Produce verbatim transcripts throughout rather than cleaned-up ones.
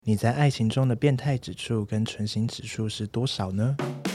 你在爱情中的变态指数跟纯情指数是多少呢？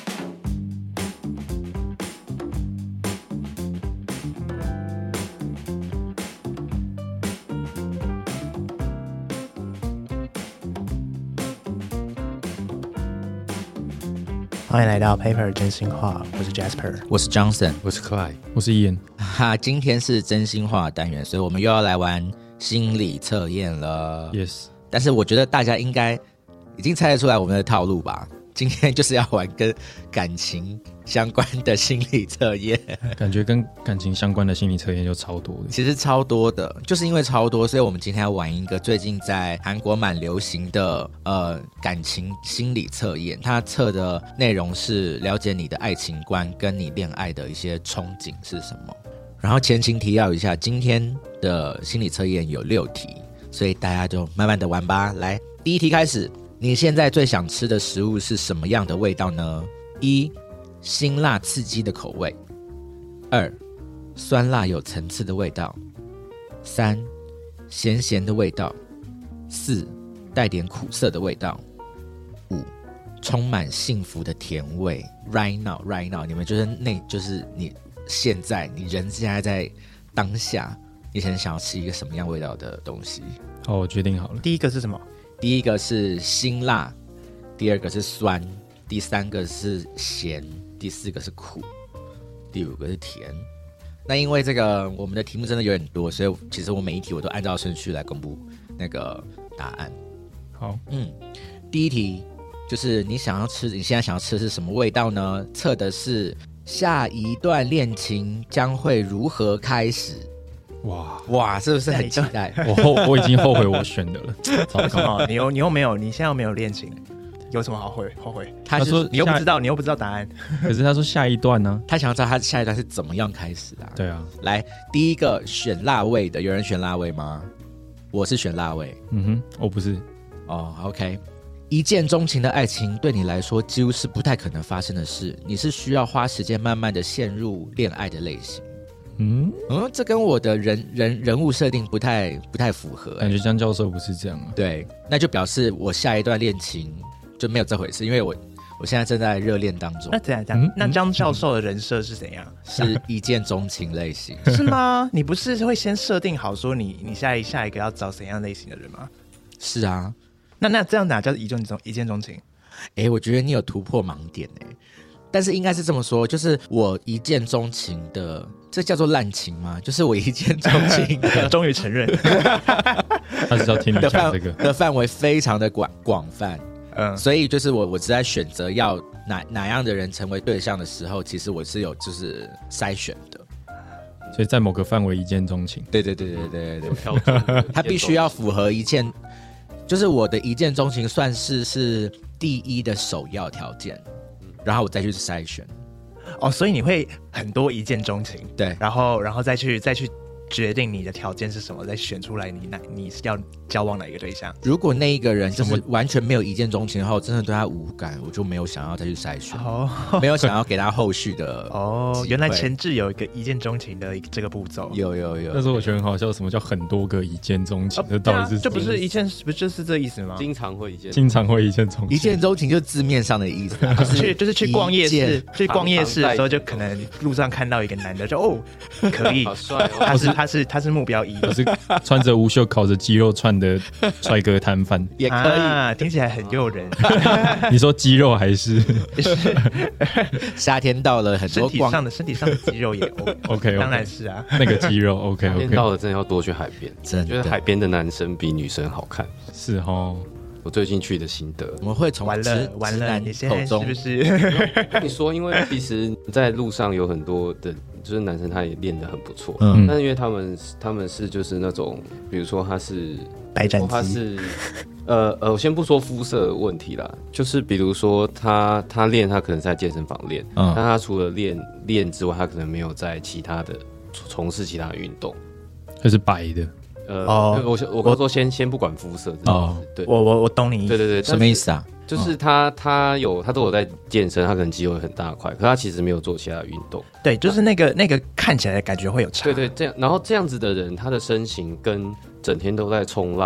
欢迎来到 Paper 真心话，我是 Jasper， 我是 Johnson， 我是 Clyde， 我是 Ian。 哈，今天是真心话单元，所以我们又要来玩心理测验了。 Yes， 但是我觉得大家应该已经猜得出来我们的套路吧？今天就是要玩跟感情相关的心理测验， 感觉跟感情相关的心理测验就超多的。 其实超多的，就是因为超多，所以我们今天要玩一个最近在韩国蛮流行的呃感情心理测验。它测的内容是了解你的爱情观跟你恋爱的一些憧憬是什么。然后前情提要一下，今天的心理测验有六题，所以大家就慢慢的玩吧。来，第一题开始。你现在最想吃的食物是什么样的味道呢？一、辛辣刺激的口味；二、酸辣有层次的味道；三、咸咸的味道；四、带点苦涩的味道；五、充满幸福的甜味。Right now, right now， 你们就是那，就是你现在，你人现在在当下，你很想要吃一个什么样味道的东西？ 好，我决定好了。 第一个是什么？ 第一个是辛辣，第二个是酸，第三个是咸，第四个是苦，第五个是甜。那因为这个我们的题目真的有点多，所以其实我每一题我都按照顺序来公布那个答案。 好， 嗯，第一题就是你想要吃，你现在想要吃的是什么味道呢？测的是下一段恋情将会如何开始。 哇哇，是不是很期待？ 我后我已经后悔我选的了。糟糕， 你又你又没有，你现在又没有恋情，有什么好悔后悔？ 他说你又不知道，你又不知道答案。 可是他说下一段呢、 啊？他想要知道他下一段是怎么样开始的、啊。 对啊， 来，第一个选辣味的，有人选辣味吗？我是选辣味。 嗯哼，我不是。 哦 ，OK。一见钟情的爱情对你来说几乎是不太可能发生的事，你是需要花时间慢慢的陷入恋爱的类型。嗯嗯，这跟我的人人人物设定不太不太符合、欸， 感觉江教授不是这样啊。 对，那就表示我下一段恋情就没有这回事，因为我我现在正在热恋当中。 那怎样讲？嗯、那江教授的人设是怎样？ 是一见钟情类型， 是吗？你不是会先设定好说你你下一下一个要找怎样类型的人吗？ 是啊， 那那这样哪叫一见钟一见钟情？ 哎、欸，我觉得你有突破盲点哎、欸，但是应该是这么说，就是我一见钟情的。这叫做滥情吗？就是我一见钟情的， 终于承认， 他是要听你讲这个的范围非常的广广泛，嗯，所以就是我我只在选择要哪哪样的人成为对象的时候，其实我是有就是筛选的， 所以在某个范围一见钟情。 对对对对对对对，他必须要符合一见，就是我的一见钟情算是是第一的首要条件，然后我再去筛选。 哦，所以你会很多一见钟情， 对， 然后然后再去再去决定你的条件是什么，再选出来你哪你是要交往哪一个对象。 如果那一个人就是完全没有一见钟情的话，我真的对他无感，我就没有想要再去筛选，哦，没有想要给他后续的。 哦，原来前置有一个一见钟情的这个步骤。 有有有。 但是我觉得很好笑，什么叫很多个一见钟情？这、哦、到底是？ 这不是一见，不就是这意思吗？ 经常会一见， 经常会一见钟情。 一见钟情就是字面上的意思， 就是去就是去逛夜市，去逛夜市的时候，就可能路上看到一个男的，就哦可以， 好帅哦， 他是他是他是目标一， 我是穿着无袖烤着鸡肉串的帅哥摊贩， 也可以、 啊，听起来很诱人。 你说鸡肉还是？ 夏天到了，很多身体上的身体上的肌肉也 OK，, OK， 当然是啊， 那个肌肉 OK OK。 夏天到了，真的要多去海边， 真的， 觉得海边的男生比女生好看， 是哦。 我最近去的心得， 我们会从完了完了，你现在是不是？ 跟你说，因为其实在路上有很多的，就是男生他也练得很不错， 嗯， 但是因为他们他们是就是那种，比如说他是白斩鸡， 他是呃呃，我先不说肤色的问题啦，就是比如说他他练，他可能在健身房练，嗯，但他除了练练之外，他可能没有在其他的从事其他的运动， 他是白的。 呃，哦、我我刚说先先不管肤色，哦，对， 我我我懂你意思， 对对对， 什么意思啊？ 就是他他有他都有在健身，他可能肌肉很大块，可他其实没有做其他的运动。 对，就是那个那个看起来的感觉会有差。 对对，这样然后这样子的人，他的身形跟整天都在冲浪，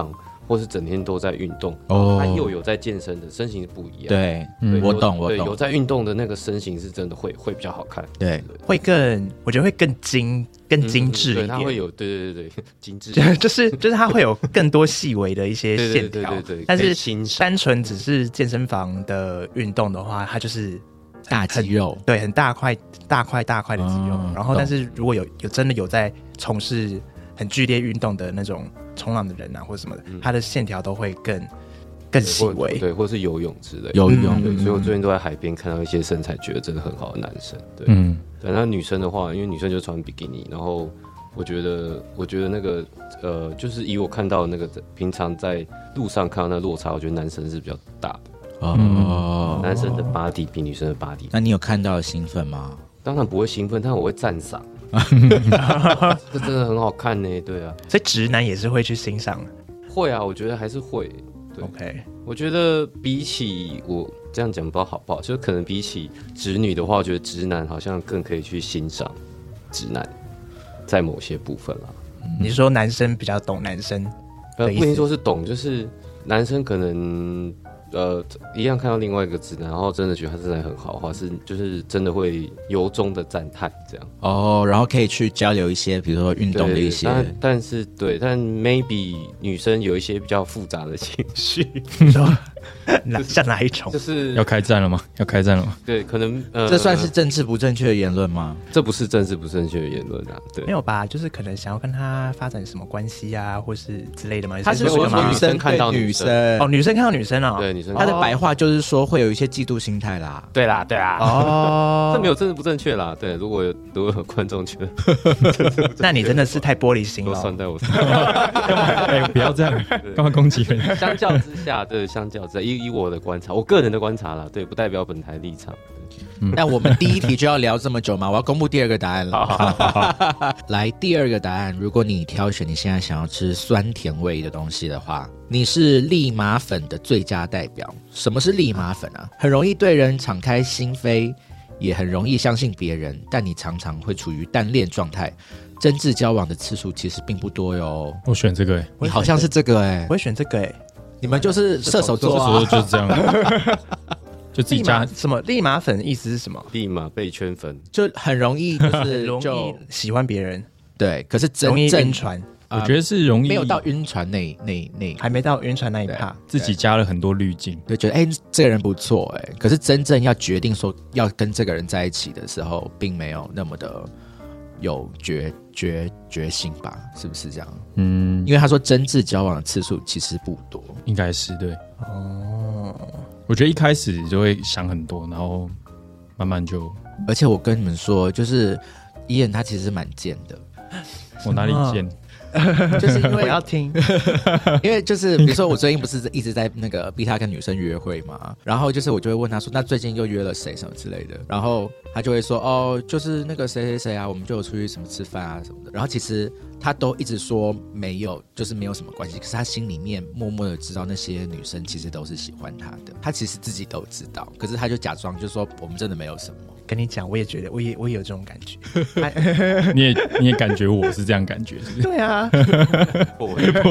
或是整天都在运动， 哦， 他又有在健身的身形是不一样。 对， 对我懂，我对， 懂。 有在运动的那个身形是真的会会比较好看， 对， 会更，我觉得会更精、更精致一点。 嗯、对，它会有，对对对对，精致， 就是就是它会有更多细微的一些线条， 对对对对， 但是单纯只是健身房的运动的话，它就是大肌肉， 对，很大块、大块、大块的肌肉。哦、然后，但是如果有有真的有在从事很剧烈运动的那种冲浪的人啊，或者什么的，嗯、他的线条都会更更细微， 对，或是游泳之类的。 游泳， 对，所以我最近都在海边看到一些身材觉得真的很好的男生。对， 嗯， 对。那女生的话，因为女生就穿比基尼，然后我觉得，我觉得那个呃，就是以我看到的那个平常在路上看到那落差，我觉得男生是比较大的。哦，男生的 body 比女生的 body。 那你有看到兴奋吗？ 当然不会兴奋，但我会赞赏。这真的很好看呢，对啊， 所以直男也是会去欣赏。 会啊，我觉得还是会。对 ，OK， 我觉得比起我这样讲不知道好不好，就是可能比起直女的话，我觉得直男好像更可以去欣赏直男，在某些部分啦。 你是说男生比较懂男生？ 呃，不一定说是懂，就是男生可能。呃，一样看到另外一个直男，然后真的觉得他身材很好的话，是就是真的会由衷的赞叹这样。 哦，然后可以去交流一些，比如说运动的一些。 但, 但是对，但 maybe 女生有一些比较复杂的情绪， 哪像哪一种？ 就是要开战了吗？要开战了吗？ 对，可能呃， 这算是政治不正确的言论吗？ 这不是政治不正确的言论啊，对， 没有吧？就是可能想要跟他发展什么关系啊，或是之类的吗？ 他是说女生看到女生， 哦，女生看到女生啊、哦， 对。 他的白话就是说会有一些嫉妒心态啦， 对啦，对啦， 哦， 这没有政治不正确啦，对，如果有如果有观众觉得， 那你真的是太玻璃心了， 都算在我身上。 哎，不要这样，干嘛攻击人？ 相较之下，对，相较之下，以以我的观察，我个人的观察啦，对，不代表本台立场。 那我们第一题就要聊这么久吗？我要公布第二个答案了。 好好好来，第二个答案，如果你挑选你现在想要吃酸甜味的东西的话，你是利马粉的最佳代表。什么是利马粉啊？很容易对人敞开心扉，也很容易相信别人，但你常常会处于单恋状态，真挚交往的次数其实并不多哟。 我选这个、欸， 你好像是这个哎、欸， 我会选这个哎、欸， 你们就是射手座、啊， 射手座就是这样。就自己加什么利马粉的意思是什么？ 立马被圈粉， 就很容易就是容易喜欢别人， 对，可是真容易晕船。 我觉得是容易、呃、 没有到晕船那那那还没到晕船那一趴， 自己加了很多滤镜， 对，觉得哎、欸、这个人不错哎、欸，可是真正要决定说要跟这个人在一起的时候，并没有那么的有决决决心吧？是不是这样？嗯，因为他说真挚交往的次数其实不多， 应该是对哦。 我觉得一开始就会想很多，然后慢慢就…… 而且我跟你们说，就是伊恩他其实蛮贱的。 我哪里贱？ 就是因为我要听， 因为就是比如说我最近不是一直在那个逼他跟女生约会嘛，然后就是我就会问他说，那最近又约了谁什么之类的，然后他就会说哦，就是那个谁谁谁啊，我们就有出去什么吃饭啊什么的，然后其实他都一直说没有，就是没有什么关系，可是他心里面默默的知道那些女生其实都是喜欢他的，他其实自己都知道，可是他就假装就说我们真的没有什么。 跟你讲，我也觉得，我也我也有这种感觉。 你也你也感觉我是这样感觉，是不是？ 对啊， 不，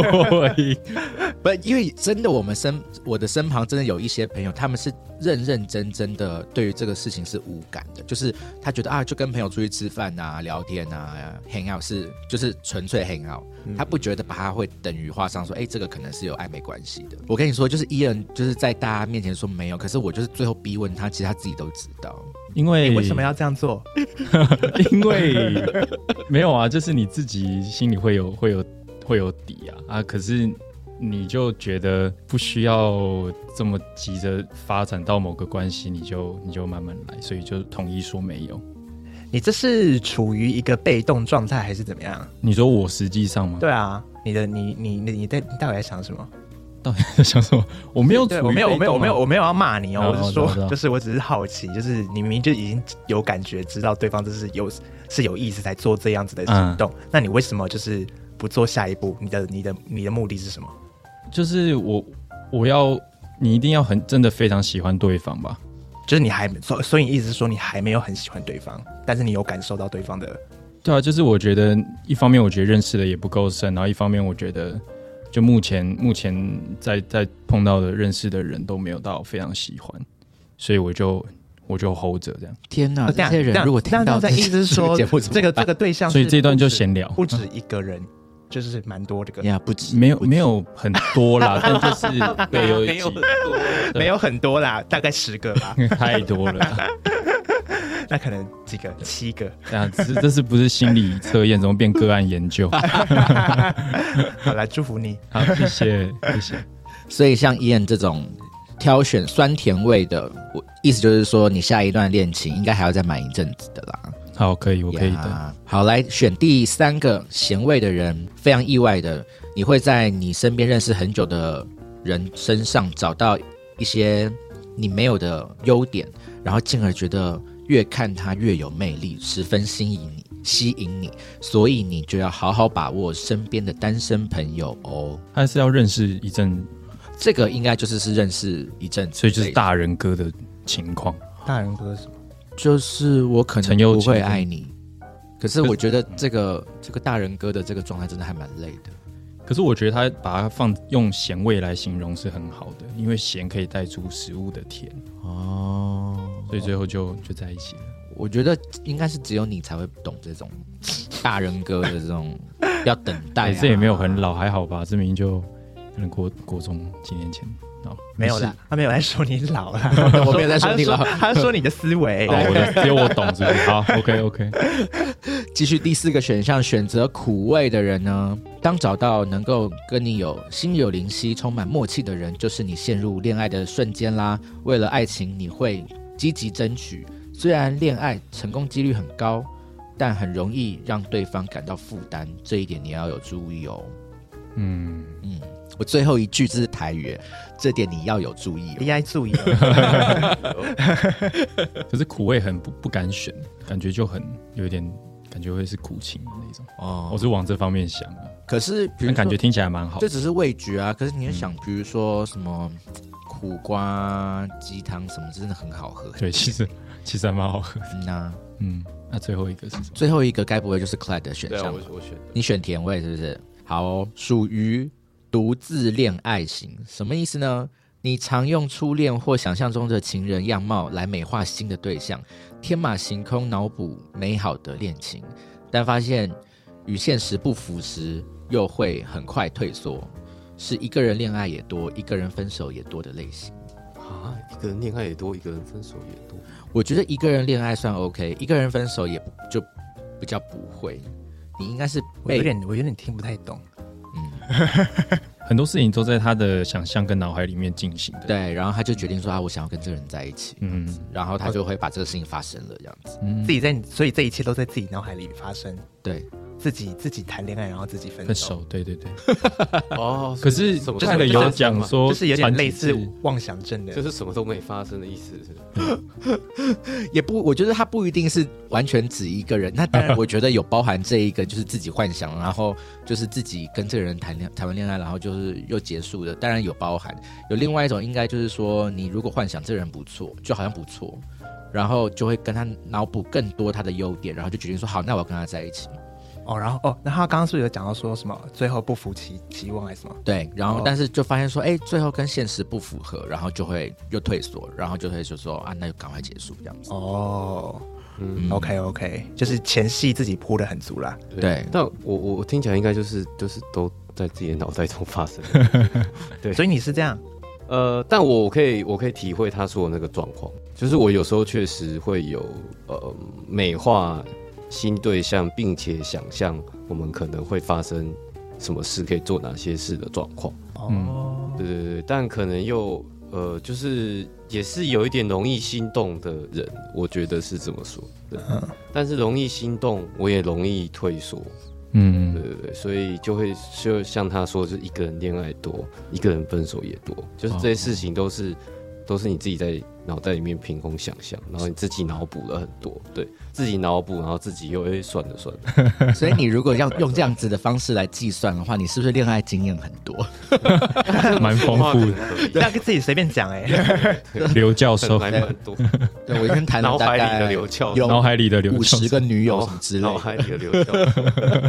因为真的，我们身我的身旁真的有一些朋友，他们是认认真真的对于这个事情是无感的，就是他觉得啊，就跟朋友出去吃饭啊、聊天啊 ，hang out 是就是纯粹 hang out，、嗯、他不觉得把它会等于画上说，哎，这个可能是有暧昧关系的。我跟你说，就是伊人就是在大家面前说没有，可是我就是最后逼问他，其实他自己都知道。 因为你为什么要这样做？ 因为没有啊，就是你自己心里会有会有会有底啊啊！可是你就觉得不需要这么急着发展到某个关系，你就你就慢慢来，所以就统一说没有。 你这是处于一个被动状态还是怎么样？ 你说我实际上吗？ 对啊，你的你你你你在你到底在想什么？ 到底在想什么？我没有处于被动、啊， 我没有，我没有，我没有，我没有要骂你哦。 哦我是说， 哦就是我只是好奇，就是你明明就已经有感觉，知道对方这是有是有意思才做这样子的行动，嗯、那你为什么就是不做下一步？你的你的你的目的是什么？ 就是我我要你一定要很真的非常喜欢对方吧？ 就是你还所所以你意思是说你还没有很喜欢对方，但是你有感受到对方的。 对啊，就是我觉得一方面我觉得认识的也不够深，然后一方面我觉得。 就目前目前在在碰到的认识的人都没有到非常喜欢，所以我就我就 hold 着这样。 天哪，这些人如果听到这样，意思是说这个这个对象， 所以这段就闲聊， 不止一个人。就是蛮多这个呀，不止没有没有很多啦，但就是没有没有很多， 没有很多啦，大概十个吧， 太多了。 那可能几个，七个。 这样，这这是不是心理测验？怎么变个案研究？ 好，来祝福你。 好，谢谢谢谢。 所以像Ian这种挑选酸甜味的，我意思就是说，你下一段恋情应该还要再买一阵子的啦。 好，可以，我可以的。 好，来选第三个咸味的人。非常意外的，你会在你身边认识很久的人身上找到一些你没有的优点，然后进而觉得越看他越有魅力，十分吸引你，吸引你，所以你就要好好把握身边的单身朋友哦。 还是要认识一阵， 这个应该就是是认识一阵子， 所以就是大人哥的情况。 大人哥是什么？ 就是我可能不会爱你，可是我觉得这个这个大人哥的这个状态真的还蛮累的。 可是我觉得他把它放用咸味来形容是很好的，因为咸可以带出食物的甜哦，所以最后就就在一起了。 我觉得应该是只有你才会懂这种大人哥的这种要等待、啊欸。 这也没有很老，还好吧？这明明就可能国国中几年前。 哦、没有啦，他没有在说你老啦， 我没有在说你老， 他说你的思维， 哦、我的只有我懂，是不是？好 ，OK OK。 继续第四个选项，选择苦味的人呢？当找到能够跟你有心有灵犀、充满默契的人，就是你陷入恋爱的瞬间啦。为了爱情，你会积极争取，虽然恋爱成功几率很高，但很容易让对方感到负担，这一点你要有注意哦。嗯嗯。我最后一句这是台语，这点你要有注意、哦， 你要注意、 哦。可是苦味很不不敢选，感觉就很有一点感觉会是苦情的那种。哦，我是往这方面想啊。 可是比如感觉听起来蛮好的， 这只是味觉啊。可是你要想，比如说什么苦瓜鸡汤什么，真的很好喝。 对，其实其实还蛮好喝的。 嗯啊， 嗯，那最后一个是什么？ 最后一个该不会就是 Clyde 的选项？ 对、啊，我我选的。 你选甜味是不是？好、哦，属于。独自恋爱型什么意思呢？你常用初恋或想象中的情人样貌来美化新的对象，天马行空脑补美好的恋情，但发现与现实不符时，又会很快退缩，是一个人恋爱也多，一个人分手也多的类型。 啊，一个人恋爱也多，一个人分手也多。 我觉得一个人恋爱算 OK， 一个人分手也就比较不会。你应该是我有点我有点听不太懂。 嗯， 很多事情都在他的想象跟脑海里面进行的。 对，然后他就决定说啊，我想要跟这个人在一起。嗯，然后他就会把这个事情发生了，这样子。 嗯，自己在，所以这一切都在自己脑海里发生。 对， 自己自己谈恋爱，然后自己分手。 分手，对对对。 哦， 可是看了有讲说， 就是有点类似妄想症的， 就是什么都没发生的意思是。 也不，我觉得他不一定是完全指一个人。那当然，我觉得有包含这一个，就是自己幻想，然后就是自己跟这个人谈恋谈完恋爱，然后就是又结束的。当然有包含。有另外一种，应该就是说，你如果幻想这个人不错，就好像不错，然后就会跟他脑补更多他的优点，然后就决定说，好，那我要跟他在一起。 哦，然后哦，那他刚刚是不是有讲到说什么最后不符期期望还是什么？ 对，然后但是就发现说，哎、哦，最后跟现实不符合，然后就会又退缩，然后就会就说啊，那就赶快结束这样子。 哦，嗯 ，OK OK， 就是前戏自己铺得很足啦。 对，对但我我听起来应该就是就是都在自己的脑袋中发生。对， 所以你是这样。 呃，但我可以我可以体会他说的那个状况，就是我有时候确实会有呃美化新对象，并且想象我们可能会发生什么事，可以做哪些事的状况。哦，对对对，但可能又呃，就是也是有一点容易心动的人，我觉得是这么说。对，嗯、但是容易心动，我也容易退缩。嗯，对对对，所以就会就像他说，就是一个人恋爱多，一个人分手也多，就是这些事情都是、哦、都是你自己在脑袋里面凭空想象，然后你自己脑补了很多，对自己脑补，然后自己又会算了算了。 所以你如果要用这样子的方式来计算的话，你是不是恋爱经验很多？ 蛮丰富的， 那个自己随便讲哎、欸。 刘教授还蛮多， 对我一天谈了大概脑海里的刘教授， 脑海里的刘五十个女友什么之类的， 脑海里的刘教授。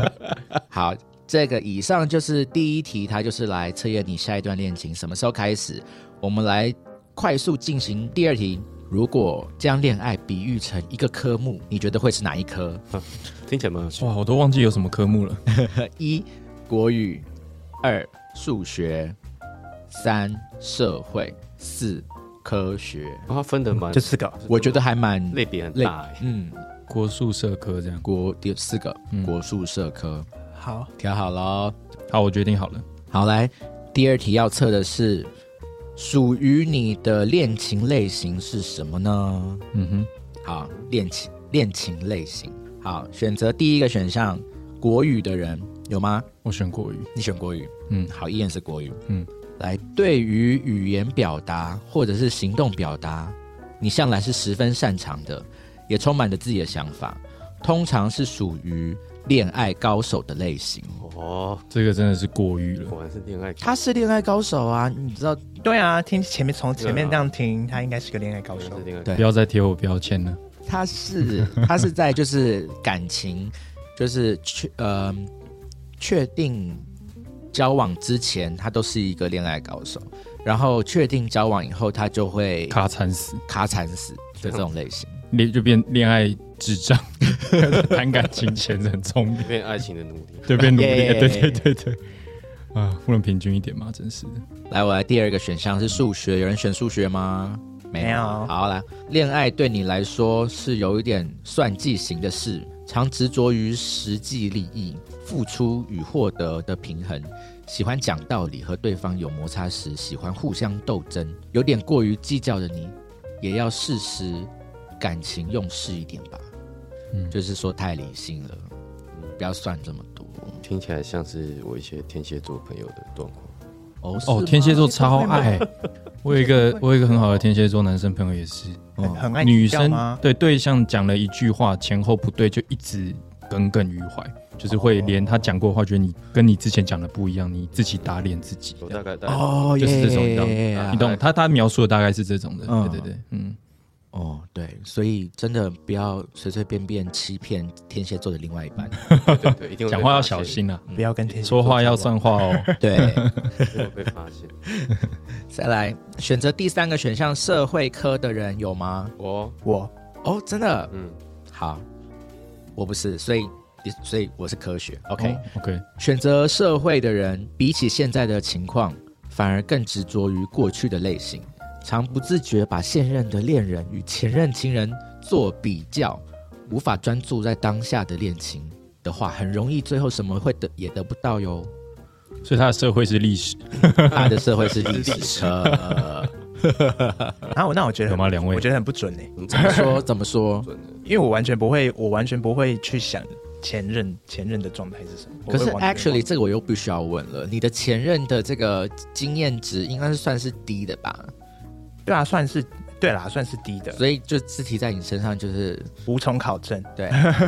好，这个以上就是第一题，它就是来测验你下一段恋情什么时候开始。我们来快速进行第二题。如果将恋爱比喻成一个科目，你觉得会是哪一科？ 啊、听起来蛮有趣。 哇，我都忘记有什么科目了。 一国语，二数学，三社会，四科学。 哦、它分的蛮， 就四个， 我觉得还蛮类别很大哎。 嗯， 国术社科这样， 国第四个、嗯、国术社科。 好， 调好了。 好，我决定好了。 好，来，第二题要测的是。属于你的恋情类型是什么呢？ 嗯哼， 好，恋情恋情类型。好，选择第一个选项，国语的人有吗？ 我选国语。 你选国语。 嗯， 好，依然是国语。 嗯， 来，对于语言表达或者是行动表达，你向来是十分擅长的，也充满着自己的想法，通常是属于恋爱高手的类型。 哦， 这个真的是过誉了。 果然是恋爱， 他是恋爱高手啊！你知道？ 对啊，听前面从前面这样听，他应该是个恋爱高手。 对， 不要再贴我标签了。 他是他是在就是感情，就是确呃确定交往之前，他都是一个恋爱高手，然后确定交往以后，他就会卡惨死， 卡惨死的这种类型， 恋就变恋爱智障，谈感情前很聪明， 变爱情的奴隶， 对，变奴隶，对对对对。啊，不能平均一点吗？真是的。 来，我来第二个选项是数学，有人选数学吗？没有。 没有。 好，来，恋爱对你来说是有一点算计型的事，常执着于实际利益、付出与获得的平衡，喜欢讲道理，和对方有摩擦时喜欢互相斗争，有点过于计较的你，也要适时感情用事一点吧。嗯，就是说太理性了，不要算这么多。 听起来像是我一些天蝎座朋友的状况。 哦哦，天蝎座超爱。我有一个我有一个很好的天蝎座男生朋友也是， 很很爱女生对对象讲了一句话前后不对，就一直耿耿于怀，就是会连他讲过的话，觉得你跟你之前讲的不一样，你自己打脸自己。 我大概大概哦， 就是这种，你懂？你懂？他他描述的大概是这种的， 嗯、 对对对，嗯。 哦，对，所以真的不要随随便便欺骗天蝎座的另外一半。 对对对，一定讲话要小心啊， 不要跟天蝎说话要算话哦。 对， 会被发现。 再来选择第三个选项，社会科的人有吗？ 我我哦，真的， 嗯， 好，我不是，所以所以我是科学。OK、 哦、OK， 选择社会的人，比起现在的情况，反而更执着于过去的类型。常不自觉把现任的恋人与前任情人做比较，无法专注在当下的恋情的话，很容易最后什么会得也得不到哟。 所以他的社会是历史， 他的社会是历史科。 然后那我觉得有吗？两位， 我觉得很不准哎。 怎么说？怎么说？ 因为我完全不会，我完全不会去想前任前任的状态是什么。 可是 actually 这个我又必须要问了，你的前任的这个经验值应该是算是低的吧？ 对啊，算是对啦，算是低的， 所以就字题在你身上就是无从考证。 对，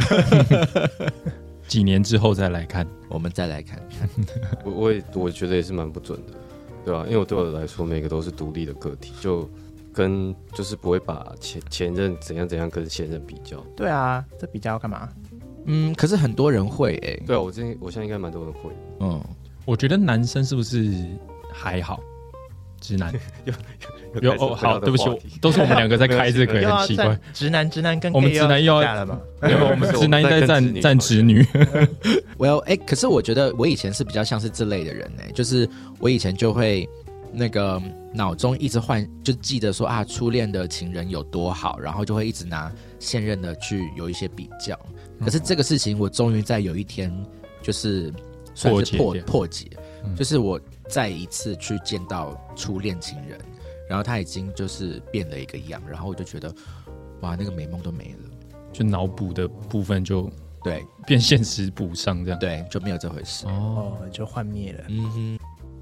几年之后再来看， 我们再来看看。 我我也我觉得也是蛮不准的，对吧、啊？因为我对我来说，每个都是独立的个体，就跟就是不会把前前任怎样怎样跟现任比较。 对啊，这比较干嘛？ 嗯，可是很多人会哎、欸。 对啊，我这我现在应该蛮多人会。 嗯， 我觉得男生是不是还好？直男有有哦，好，对不起，都是我们两个在开这个，很奇怪。 直男直男跟我们直男又要了吗？ 没有，我们直男在站站直女。 Well， 哎、欸，可是我觉得我以前是比较像是这类的人哎、欸，就是我以前就会那个脑中一直幻，就记得说啊，初恋的情人有多好，然后就会一直拿现任的去有一些比较。可是这个事情，我终于在有一天就是算是破破解，嗯、就是我再一次去见到初恋情人，然后他已经就是变了一个样，然后我就觉得哇，那个美梦都没了， 就脑补的部分就对变现实补上这样， 对，就没有这回事哦，就幻灭了。 嗯哼。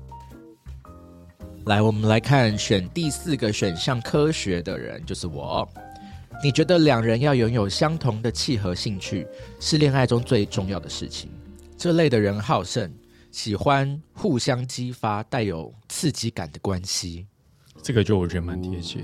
来，我们来看选第四个选项科学的人，就是我。你觉得两人要拥有相同的契合兴趣，是恋爱中最重要的事情。这类的人好胜，喜欢互相激发、带有刺激感的关系。 这个就我觉得蛮贴切的，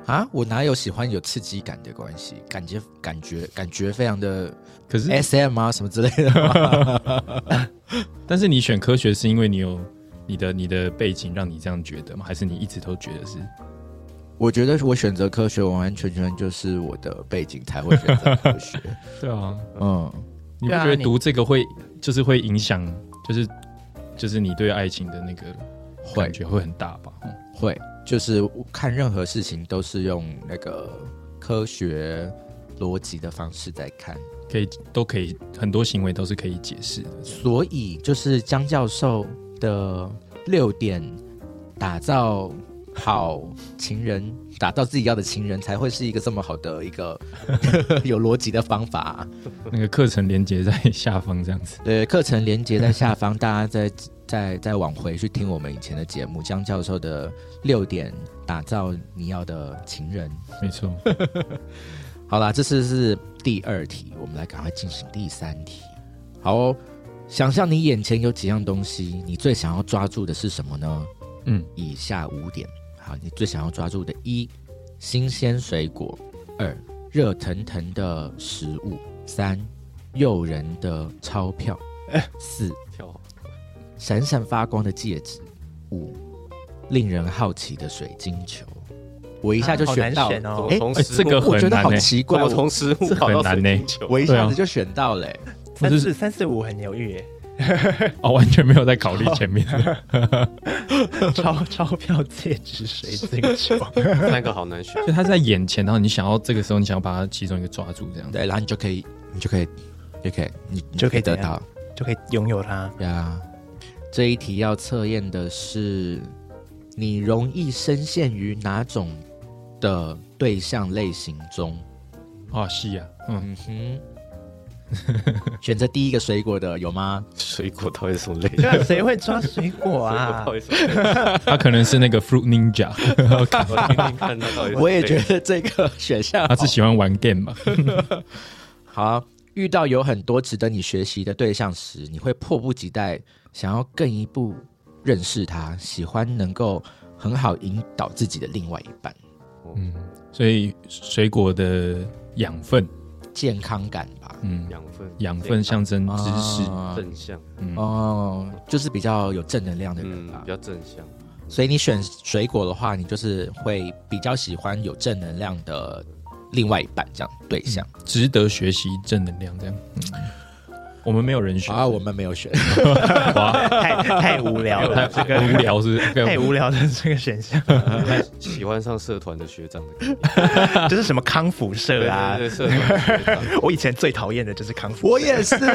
啊，我哪有喜欢有刺激感的关系？感觉感觉感觉非常的， 可是 S M 啊什么之类的。 但是你选科学是因为你有你的你的背景让你这样觉得吗？还是你一直都觉得是？ 我觉得我选择科学完完全全就是我的背景才会选择科学。 对啊， 嗯， 你不觉得读这个会就是会影响，就是就是你对爱情的那个感觉会很大吧？嗯、 会，就是看任何事情都是用那个科学逻辑的方式在看， 可以都可以很多行为都是可以解释的。 所以就是江教授的六点打造好情人，打造自己要的情人，才会是一个这么好的一个有逻辑的方法、啊。 那个课程连结在下方，这样子。 对，课程连结在下方，大家再再再往回去听我们以前的节目，江教授的六点打造你要的情人。 没错。 好啦，这次是第二题，我们来赶快进行第三题。好哦，想象你眼前有几样东西，你最想要抓住的是什么呢？嗯，以下五点。好，你最想要抓住的：一、新鲜水果；二、热腾腾的食物；三、诱人的钞票；四、闪闪发光的戒指；五、令人好奇的水晶球。我一下就选到了， 哦哎、 欸，这个很难、欸、 我觉得好奇怪， 我从食物跑到水晶球， 我一下子就选到了、欸。 三四三四五很犹豫耶。 哦，完全没有在考虑前面钞钞票、戒指、水晶球， 三个好难选。 就他在眼前，然后你想要这个时候，你想要把它其中一个抓住，这样对，然后你就可以，你就可以，就可以，你就可以得到， 就可以拥有它呀。这一题要测验的是，你容易深陷于哪种的对象类型中？ 啊，是呀、啊，嗯哼。选择第一个水果的有吗？ 水果到底是什么类型？ 对啊，谁会抓水果啊？ 他可能是那个 Fruit Ninja 我听听看他到底是。 我也觉得这个选项他是喜欢玩 game 吧。 好，遇到有很多值得你学习的对象时，你会迫不及待想要更一步认识他，喜欢能够很好引导自己的另外一半。 嗯，所以水果的养分。 健康感吧， 嗯，养分， 养分象征知识、 啊、正向， 嗯，哦，就是比较有正能量的人吧， 嗯、比较正向。 所以你选水果的话，你就是会比较喜欢有正能量的另外一半这样对象， 嗯、值得学习正能量这样。嗯，我们没有人选啊，我们没有选， 哇，太太无聊了， 这个无聊是太无聊的这个选项。 喜欢上社团的学长的， 就是什么康复社啊， 对对对，社团学长。 我以前最讨厌的就是康复社， 我也是。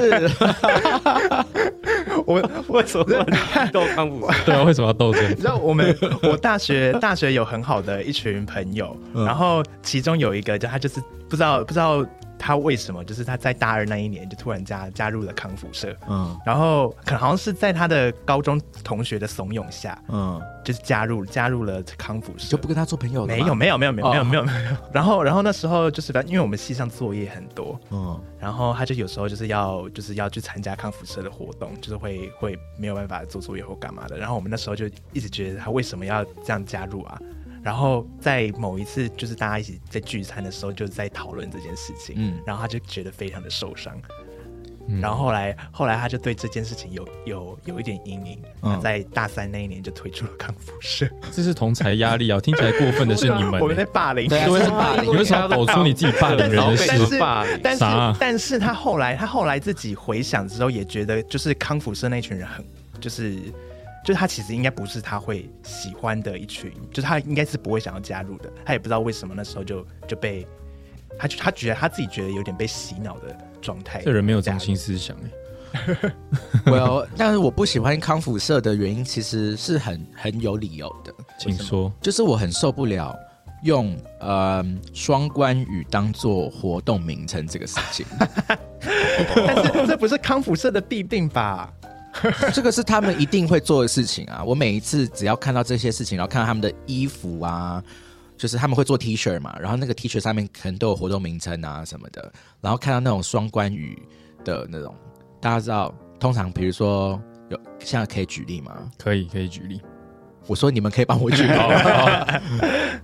我为什么斗康复社？ 对啊，为什么要斗争？ 你知道我们我大学大学有很好的一群朋友，嗯、然后其中有一个，就他就是不知道不知道。他为什么就是他在大二那一年就突然加加入了康复社，嗯，然后可能好像是在他的高中同学的怂恿下，嗯，就是加入加入了康复社， 就不跟他做朋友了吗？ 没有没有没有没有没有没有没有，然后然后那时候就是因为我们系上作业很多，嗯，然后他就有时候就是要就是要去参加康复社的活动，就是会会没有办法做作业或干嘛的，然后我们那时候就一直觉得他为什么要这样加入啊？然后在某一次就是大家一起在聚餐的时候就在讨论这件事情，嗯，然后他就觉得非常的受伤，嗯、然后后来后来他就对这件事情有有有一点阴影，嗯、他在大三那一年就退出了康复社。 这是同侪压力啊！听起来过分的是你们、欸， 我们在霸凌， 对，是霸凌， 你为什么要抖出你自己霸凌人的事？ 但是但是、 啊、 但是他后来他后来自己回想之后也觉得，就是康复社那群人很就是。就是他其实应该不是他会喜欢的一群，就是他应该是不会想要加入的。他也不知道为什么那时候就就被他他觉得他自己觉得有点被洗脑的状态。 这人没有中心思想哎。 well, 但是我不喜欢康复社的原因其实是很很有理由的。 请说。 就是我很受不了用呃双关语当做活动名称这个事情。 但是这不是康复社的弊病吧？ 这个是他们一定会做的事情啊！我每一次只要看到这些事情，然后看到他们的衣服啊，就是他们会做 T 恤嘛，然后那个 T 恤上面可能都有活动名称啊什么的，然后看到那种双关语的那种，大家知道，通常比如说有现在可以举例吗？ 可以，可以举例。 我说你们可以帮我举例。比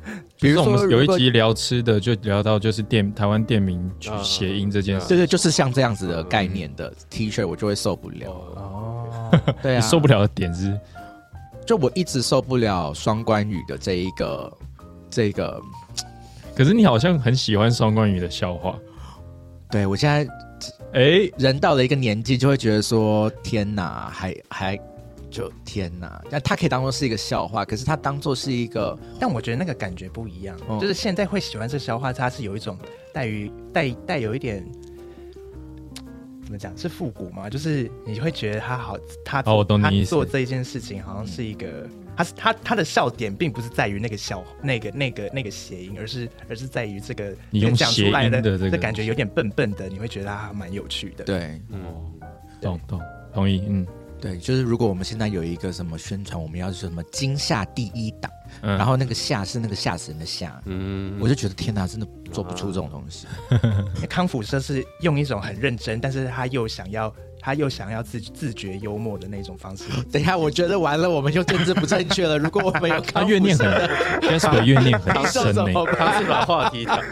比如说我们有一集聊吃的，就聊到就是店台湾店名取谐音这件事， 对对，就是像这样子的概念的 T 恤，我就会受不了。哦，对啊， 你受不了的点是， 就我一直受不了双关语的这一个这个。 可是你好像很喜欢双关语的笑话。 对，我现在哎、欸，人到了一个年纪，就会觉得说天哪，还还。就天哪！但它可以当做是一个笑话，可是它当做是一个， 但我觉得那个感觉不一样。哦、就是现在会喜欢这个笑话，它是有一种带于带带有一点怎么讲？是复古吗？就是你会觉得他好，他哦，我懂你意思。 他做这一件事情好像是一个，嗯、他是他他的笑点并不是在于那个笑那个那个那个谐音，而是而是在于这个你用讲出来的这个感觉有点笨笨的，你会觉得他蛮有趣的。 对， 嗯，懂懂同意，嗯。 对，就是如果我们现在有一个什么宣传，我们要说什么惊吓第一档，嗯、然后那个吓是那个吓死人的吓，嗯，我就觉得天哪，真的做不出这种东西。 康复社是用一种很认真，但是他又想要他又想要自自觉幽默的那种方式。 等一下，我觉得完了，我们就政治不正确了。如果我们有他怨念很，应该是个怨念很深呢、欸。 他是把话题讲，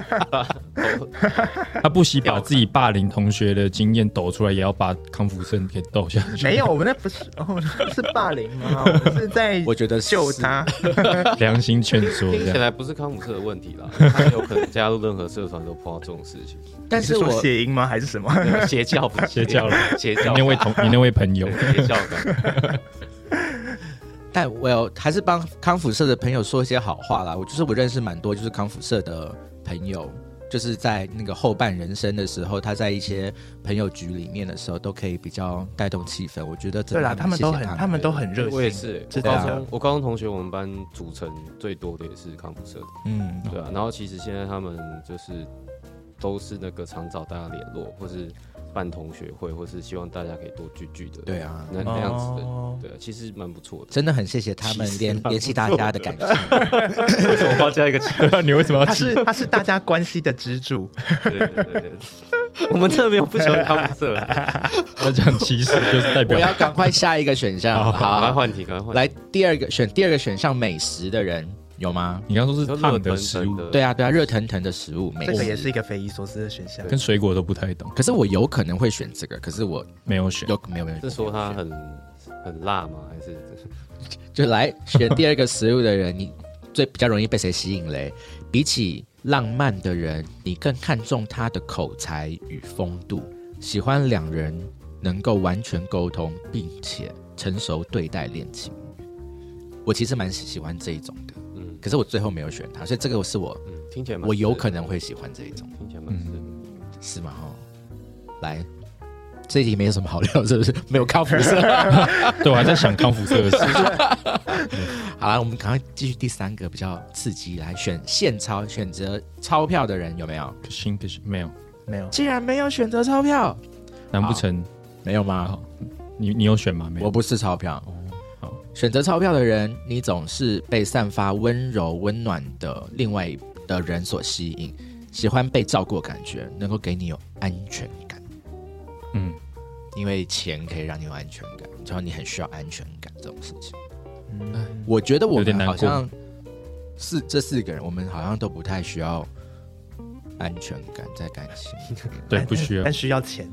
他不惜把自己霸凌同学的经验抖出来，也要把康复社给抖下去。 没有，我们那不是，哦、是霸凌吗？我们是在， 我觉得救他， 良心劝说。 听起来不是康复社的问题啦，他有可能加入任何社团都碰到这种事情。 但是我谐音吗？还是什么邪教？ 邪教了。 邪教， 你那位同你那位朋友， 邪教感。 但我有还是帮康复社的朋友说一些好话啦。我就是我认识蛮多就是康复社的朋友，就是在那个后半人生的时候，他在一些朋友局里面的时候，都可以比较带动气氛。我觉得对啦，他们都很他们都很热心。 我也是，我高中我高中同学，我们班组成最多的也是康复社的。嗯，对啊。然后其实现在他们就是都是那个常找大家联络，或是办同学会，或是希望大家可以多聚聚的。 对啊， 那那样子的，哦、对啊，其实蛮不错的。 真的很谢谢他们联联系大家的感情。 为什么要加一个？ 你为什么要？ 他是他是大家关系的支柱。 对对对对，我们真的没有不喜欢康复社。 要讲歧视就是代表。 我要赶快下一个选项。好， 赶快换题，赶快换。 来第二个选第二个选项，美食的人。有吗？ 你刚刚说是烫的食物， 对啊，对啊，热腾腾的食物， 这个也是一个匪夷所思的选项， 跟水果都不太懂。 可是我有可能会选这个，可是我没有选， 有没有没有？ 是说它很很辣吗？还是就来选第二个食物的人，你最比较容易被谁吸引嘞？比起浪漫的人，你更看重他的口才与风度，喜欢两人能够完全沟通，并且成熟对待恋情。我其实蛮喜欢这一种的。可是我最后没有选它，所以这个是我、嗯、 听起来我有可能会喜欢这一种， 听起来蛮是、嗯、 是吗？哦，来，这一题没有什么好聊，是不是？没有康复社， 对，我还在想康复社的事。 好了，我们赶快继续第三个比较刺激，来选现钞，选择钞票的人有没有？ 新不是没有， 没有， 竟然没有选择钞票， 难不成没有吗？ 你你有选吗？没有， 我不是钞票。选择钞票的人，你总是被散发温柔温暖的另外的人所吸引，喜欢被照顾的感觉，能够给你有安全感。嗯，因为钱可以让你有安全感，然后你很需要安全感这种事情。嗯，我觉得我们好像四这四个人，我们好像都不太需要安全感在感情。 对，不需要， 但需要钱。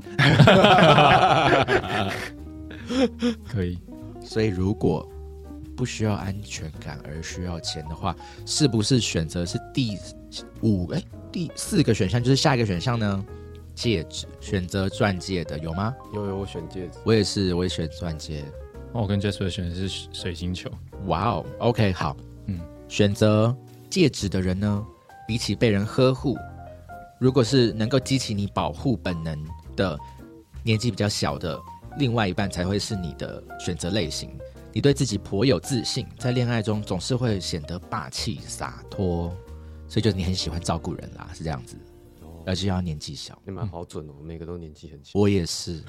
可以。 所以如果不需要安全感而需要钱的话，是不是选择是第五哎第四个选项就是下一个选项呢？戒指，选择钻戒的有吗？ 有有，我选戒指。 我也是，我也选钻戒。 哦，我跟 Jasper 选的是水晶球。 哇哦 ，OK， 好，嗯，选择戒指的人呢，比起被人呵护，如果是能够激起你保护本能的年纪比较小的。另外一半才会是你的选择类型。你对自己颇有自信，在恋爱中总是会显得霸气洒脱，所以就是你很喜欢照顾人啦，是这样子。哦、而且要年纪小， 你们好准哦，每个都年纪很小。 我也是。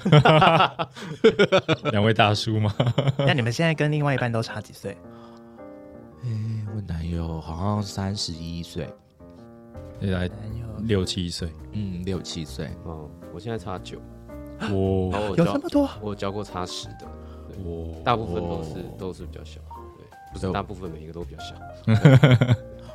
两位大叔吗？ 那你们现在跟另外一半都差几岁？ 哎，我男友好像三十一岁， 你来六七岁， 嗯，六七岁。 哦，我现在差九。 哇， 有这么多？ 我有教过差十的，哇，大部分都是都是比较小，对，不是大部分每一个都比较小。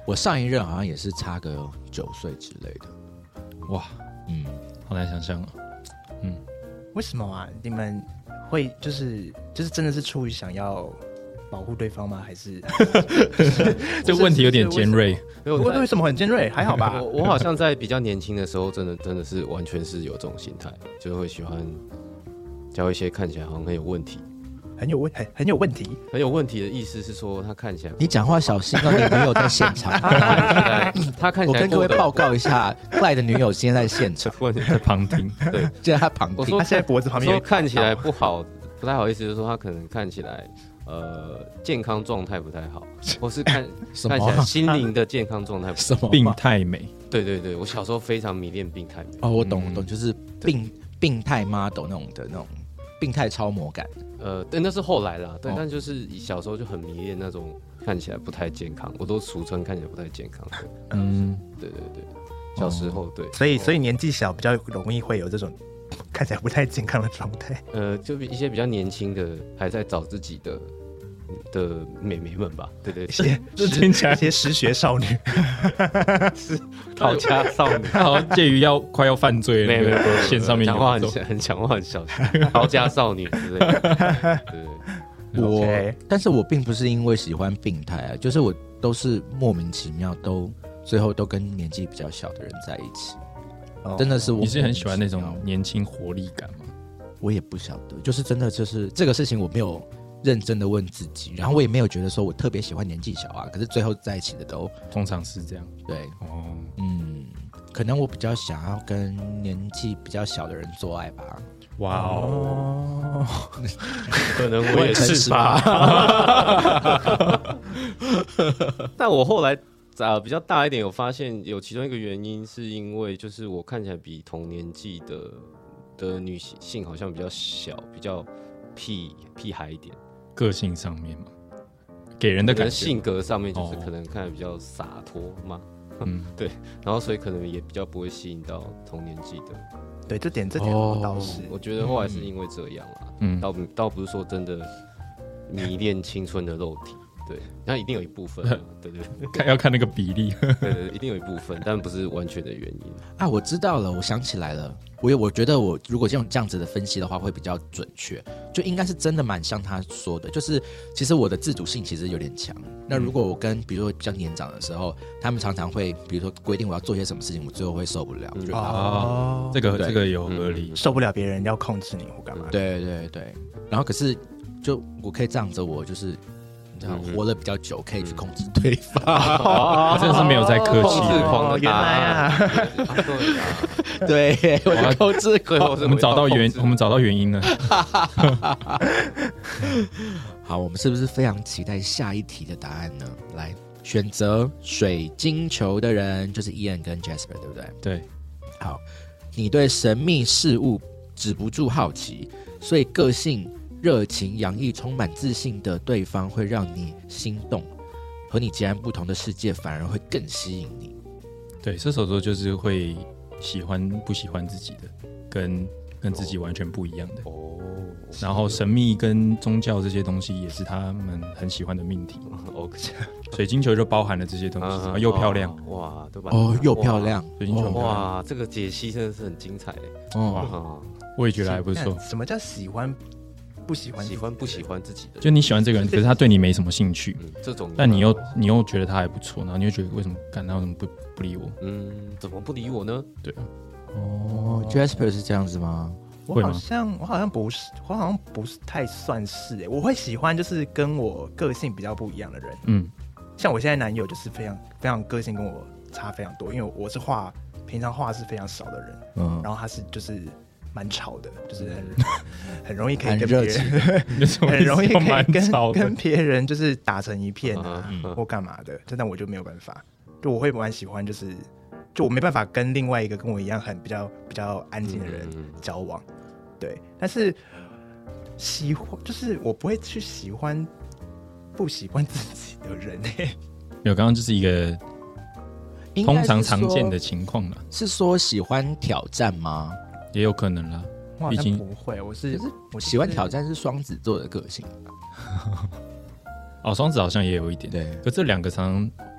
我上一任好像也是差个九岁之类的。 哇，嗯，好难想象哦。嗯， 为什么啊？你们会就是就是真的是出于想要保护对方吗？还是这个问题有点尖锐？ 为为什么很尖锐？还好吧。 我我好像在比较年轻的时候，真的真的是完全是有这种心态，就是会喜欢交一些看起来好像很有问题。 很有问很很有问题， 很有问题的意思是说，他看起来你讲话小心哦，你女友在现场。 他看起来，我跟各位报告一下，Clyde 的女友今天在现场， 在旁听。 对， 就在他旁听。 我说他现在脖子旁边说看起来不好，不太好意思，就是说他可能看起来呃健康状态不太好，或是看看起来心灵的健康状态什么病态美。 对对对，我小时候非常迷恋病态美。 哦，我懂我懂，就是病病态 model 那种的那种病态超模感。 呃，对，那是后来啦，对，哦、但就是小时候就很迷恋那种看起来不太健康，我都俗称看起来不太健康的。嗯，对对对，小时候、哦、对， 所以所以年纪小比较容易会有这种看起来不太健康的状态。 呃，就一些比较年轻的还在找自己的的美眉们吧，对对， 对这听起来一些失学少女， 是逃家少女， 好像介于要快要犯罪了， 没有没有线上面讲话很很讲话很小心，逃家少女之类的。对， 我， okay. 但是我并不是因为喜欢病态啊，就是我都是莫名其妙都最后都跟年纪比较小的人在一起，哦、真的是我。 你是很喜欢那种年轻活力感吗？ 我也不晓得，就是真的就是这个事情我没有认真的问自己，然后我也没有觉得说我特别喜欢年纪小啊，可是最后在一起的都通常是这样。 对，哦，嗯，可能我比较想要跟年纪比较小的人做爱吧。 哇哦， 可能我也是吧。但我后来啊比较大一点，有发现有其中一个原因是因为就是我看起来比同年纪的的女性好像比较小，比较屁屁孩一点。 个性上面嘛，给人的感觉性格上面就是可能看起来比较洒脱嘛。嗯，对，然后所以可能也比较不会吸引到同年纪的。 对，这点这点我倒是、 哦，我觉得后来是因为这样啦，嗯，倒倒不是说真的迷恋青春的肉体，对，那一定有一部分，对对对， 看要看那个比例， 对对，一定有一部分，但不是完全的原因啊。我知道了，我想起来了，我我觉得我如果用这样子的分析的话，会比较准确，就应该是真的蛮像他说的，就是其实我的自主性其实有点强。那如果我跟比如说比较年长的时候，他们常常会比如说规定我要做些什么事情，我最后会受不了。嗯、 哦，这个这个有合理、 嗯，受不了别人要控制你或干嘛？ 对对对。然后可是就我可以仗着我就是你知道、嗯、活得比较久，可以去控制对方。 哦、真的是没有在客气的。 哦， 原来啊， 对，我的控制狂。 我们找到原我们找到原因了。 好，我们是不是非常期待下一题的答案呢？来，选择水晶球的人就是 Ian 跟 Jasper， 对不对？ 对。 好，你对神秘事物止不住好奇，所以个性热情洋溢、充满自信的对方会让你心动，和你截然不同的世界反而会更吸引你。 对，射手座就是会喜欢不喜欢自己的，跟跟自己完全不一样的。哦。然后神秘跟宗教这些东西也是他们很喜欢的命题。 哦， 水晶球就包含了这些东西，啊、又漂亮， 哇，对吧？ 哦，又漂亮， 水晶球哇，这个解析真的是很精彩哦。我也觉得还不错。 什么叫喜欢不喜欢？ 喜欢不喜欢自己的？ 就你喜欢这个人，可是他对你没什么兴趣， 嗯、这种， 但你又你又觉得他还不错，然后你又觉得为什么干他为什么不不理我？ 嗯，怎么不理我呢？ 对啊。 哦 ，Jasper 是这样子吗？ 我好像我好像不是，我好像不是太算是哎、欸，我会喜欢就是跟我个性比较不一样的人。嗯，像我现在男友就是非常非常个性跟我差非常多，因为我是话平常话是非常少的人，嗯，然后他是就是蛮吵的，就是很很容易可以跟别人很容易可以跟跟别人就是打成一片啊，嗯、或干嘛的，但我就没有办法，就我会蛮喜欢就是。就我没办法跟另外一个跟我一样很比较比较安静的人交往，嗯、对，但是喜欢就是我不会去喜欢不喜欢自己的人哎、欸。 有，刚刚就是一个通常常见的情况了。 是说喜欢挑战吗？ 也有可能啦。 毕竟不会，我是我喜欢挑战是双子座的个性。 哦，双子好像也有一点， 对， 可这两个常常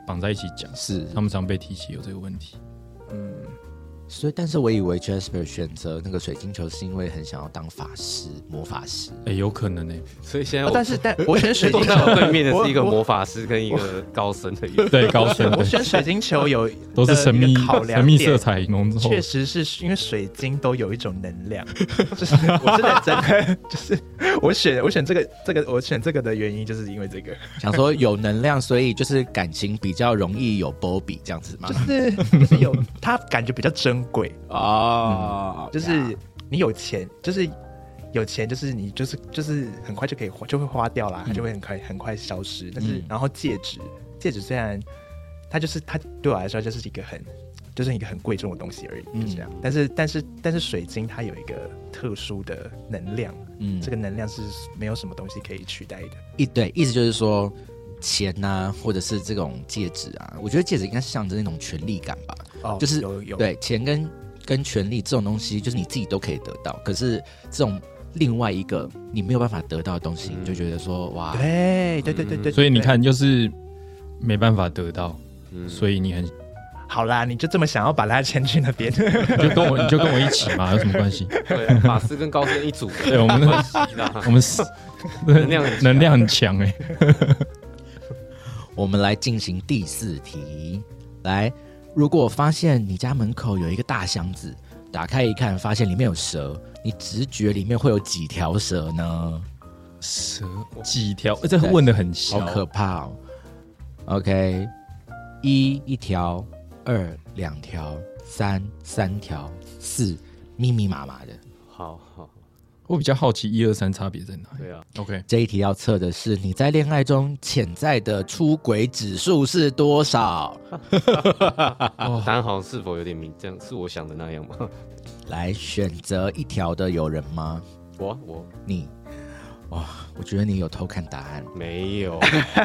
绑在一起讲， 是他们常被提起有这个问题。 嗯， 所以但是我以为 Jasper 选择那个水晶球是因为很想要当法师魔法师。 哎、欸，有可能呢、欸。 所以现在、 哦，但是但我选水晶球对面的是一个魔法师跟一个高僧的一个对高僧。 我选水晶球有都是神秘考量神秘色彩浓厚， 确实是因为水晶都有一种能量，就是我是认真的，就是我选我选这个这个我选这个的原因就是因为这个， 想说有能量，所以就是感情比较容易有波比这样子吗？ 就是就是有它感觉比较珍贵哦、 嗯，就是你有钱，就是有钱，就是你就是就是很快就可以就会花掉啦，它就会很快很快消失。但是、嗯、然后戒指，戒指虽然它就是它对我来说就是一个很就是一个很贵重的东西而已，嗯、就这样。但是但是但是水晶它有一个特殊的能量，嗯，这个能量是没有什么东西可以取代的。 一对意思就是说。钱啊，或者是这种戒指啊，我觉得戒指应该是象征那种权力感吧。 哦， 就是有有对钱跟跟权力这种东西，就是你自己都可以得到。可是这种另外一个你没有办法得到的东西，嗯、你就觉得说哇， 对对对对 对, 对。 所以你看，就是没办法得到，嗯、所以你很好啦，你就这么想要把它牵去那边， 你就跟我你就跟我一起嘛，有什么关系？ 对，法师跟高僧一组， 对，我们我们能量很能量很强哎、欸。 我们来进行第四题。来，如果发现你家门口有一个大箱子，打开一看，发现里面有蛇，你直觉里面会有几条蛇呢？ 蛇几条？这问得很小， 好可怕哦。OK， 一一条，二两条，三三条，四密密麻麻的。 好好。 我比较好奇一二三差别在哪？ 对啊 ，OK， 这一题要测的是你在恋爱中潜在的出轨指数是多少？ 答案好像是否有点明，这样是我想的那样吗？ 来选择一条的有人吗？ 我我你，哇，我觉得你有偷看答案， 没有。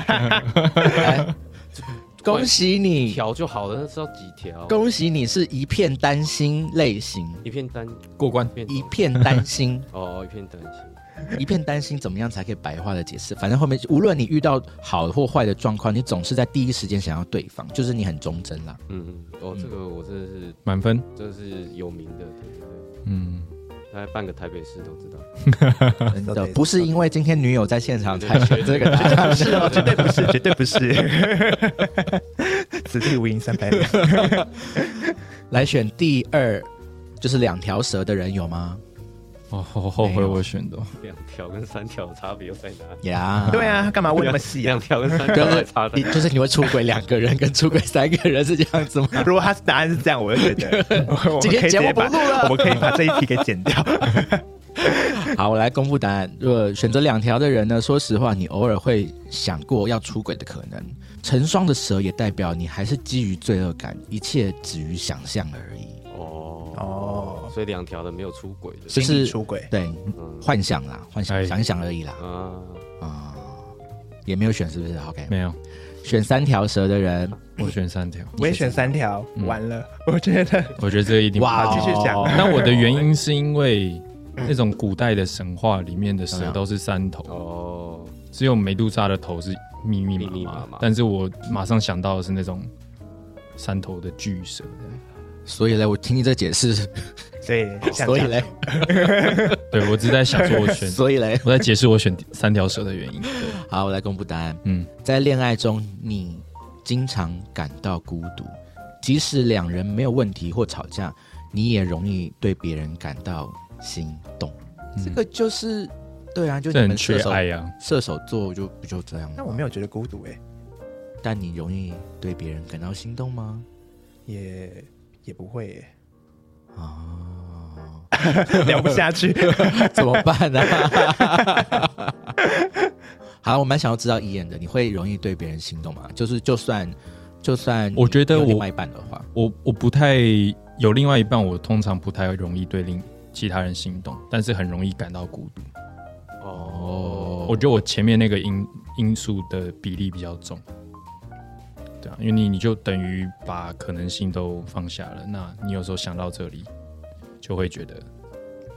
恭喜你， 一条就好了，那是要几条？ 恭喜你是一片担心类型， 一片担过关， 一片担心哦，一片担心， 一片担心，怎么样才可以白话的解释？反正后面无论你遇到好或坏的状况，你总是在第一时间想要对方，就是你很忠贞啦。 嗯嗯，哦，这个我真的是满分， 这是有名的，对对对， 嗯。 大概半个台北市都知道， 真的不是因为今天女友在现场才选这个答案， 是哦，绝对不是，绝对不是。此地无银三百两。 来选第二，就是两条蛇的人有吗？ 哦，好后悔我选的。 两条跟三条的差别又在哪里？ 呀， 对啊，他干嘛问那么细、啊？ 两条跟三条还差的， 就是你会出轨两个人跟出轨三个人是这样子吗？ 如果他答案是这样，我就觉得今天节目不录了， 我们可以把这一题给剪掉。 好，我来公布答案。如果选择两条的人呢，说实话，你偶尔会想过要出轨的可能。成双的蛇也代表你还是基于罪恶感，一切只于想象而已。 哦哦， 所以两条的没有出轨的， 就是出轨， 对，嗯、幻想啦，幻想，想一想而已啦。啊啊、嗯，也没有选，是不是 ？OK， 没有。 选三条蛇的人， 我选三条， 我也选三条，嗯、完了，我觉得， 我觉得这个一定哇，继续讲。 那我的原因是因为那种古代的神话里面的蛇都是三头，哦，只有美杜莎的头是密密麻麻，麻麻但是我马上想到的是那种三头的巨蛇。 所以呢，我听你这解释， 对， 所以嘞， 对我只是在想说我选， 所以嘞， 我在解释我选三条蛇的原因。 好，我来公布答案。嗯，在恋爱中，你经常感到孤独，即使两人没有问题或吵架，你也容易对别人感到心动。嗯、这个就是，对啊，就你们射手爱呀、啊， 射手座就不就这样吗？ 那我没有觉得孤独哎、欸， 但你容易对别人感到心动吗？ 也。也不会耶哦， 聊不下去怎么办呢、啊？好，我蛮想要知道一眼的，你会容易对别人心动吗？就是就算就算我觉得我另外一半的话， 我我不太有另外一半，我通常不太容易对另其他人心动，但是很容易感到孤独。哦，我觉得我前面那个因因素的比例比较重。对啊，因为你你就等于把可能性都放下了，那你有时候想到这里，就会觉得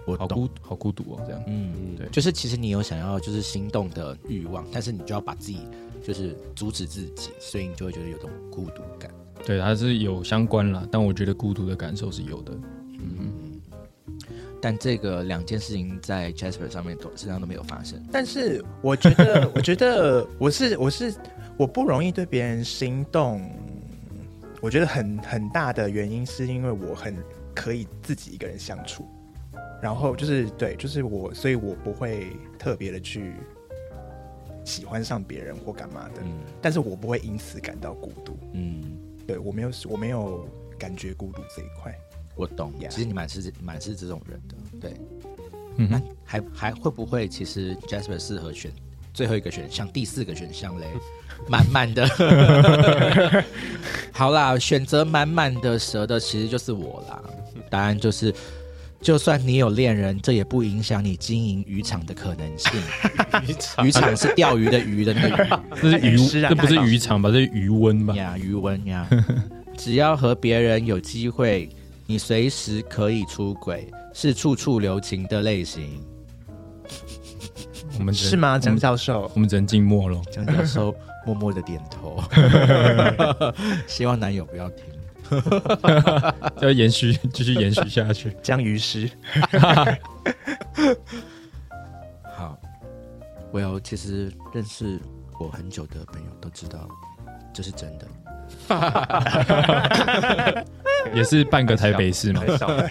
我好孤好孤独哦，这样。 嗯，对，就是其实你有想要就是心动的欲望，但是你就要把自己就是阻止自己，所以你就会觉得有种孤独感。 对，它是有相关啦，但我觉得孤独的感受是有的。 嗯，但这个两件事情在 Jasper 上面都身上都没有发生。 但是我觉得，我觉得我是我是我不容易对别人心动。我觉得很很大的原因是因为我很可以自己一个人相处，然后就是对，就是我，所以我不会特别的去喜欢上别人或干嘛的，嗯，但是我不会因此感到孤独。嗯，对我没有我没有感觉孤独这一块。 我懂， yeah. 其实你蛮是蛮是这种人的，对。嗯，那还还会不会其实 Jasper 适合选最后一个选项，第四个选项嘞？满满的，好啦，选择满满的蛇的其实就是我啦。答案就是，就算你有恋人，这也不影响你经营渔场的可能性。渔场，渔场是钓鱼的鱼的那个鱼， 这是鱼，这不是渔场吧？这是鱼温吧？ 呀，鱼温呀。只要和别人有机会，你随时可以出轨，是处处留情的类型。 我们是吗，江教授？ 我们只能静默了。 江教授默默的点头，希望男友不要听， 要延续，继续延续下去。 江鱼师， 好，我有其实认识我很久的朋友都知道，这是真的。 也是半个台北市嘛。